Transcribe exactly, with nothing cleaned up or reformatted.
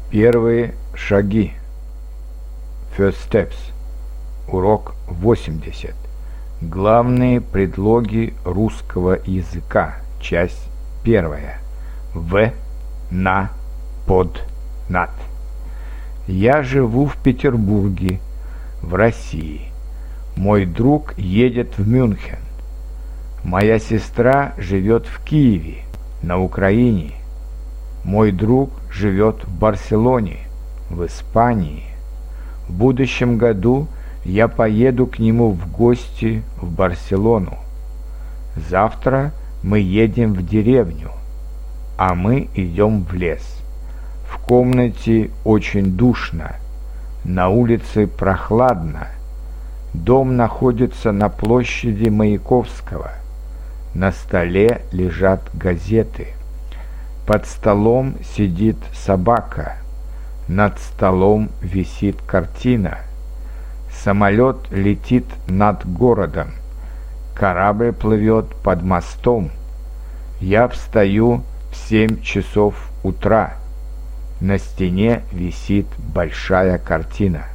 Первые шаги. First steps. Урок восемьдесят. Главные предлоги русского языка. Часть первая. В, на, под, над. Я живу в Петербурге, в России. Мой друг едет в Мюнхен. Моя сестра живет в Киеве, на Украине. Мой друг живет в Барселоне, в Испании. В будущем году я поеду к нему в гости в Барселону. Завтра мы едем в деревню, а мы идем в лес. В комнате очень душно, на улице прохладно. Дом находится на площади Маяковского. На столе лежат газеты. Под столом сидит собака. Над столом висит картина. Самолет летит над городом. Корабль плывет под мостом. Я встаю в семь часов утра. На стене висит большая картина.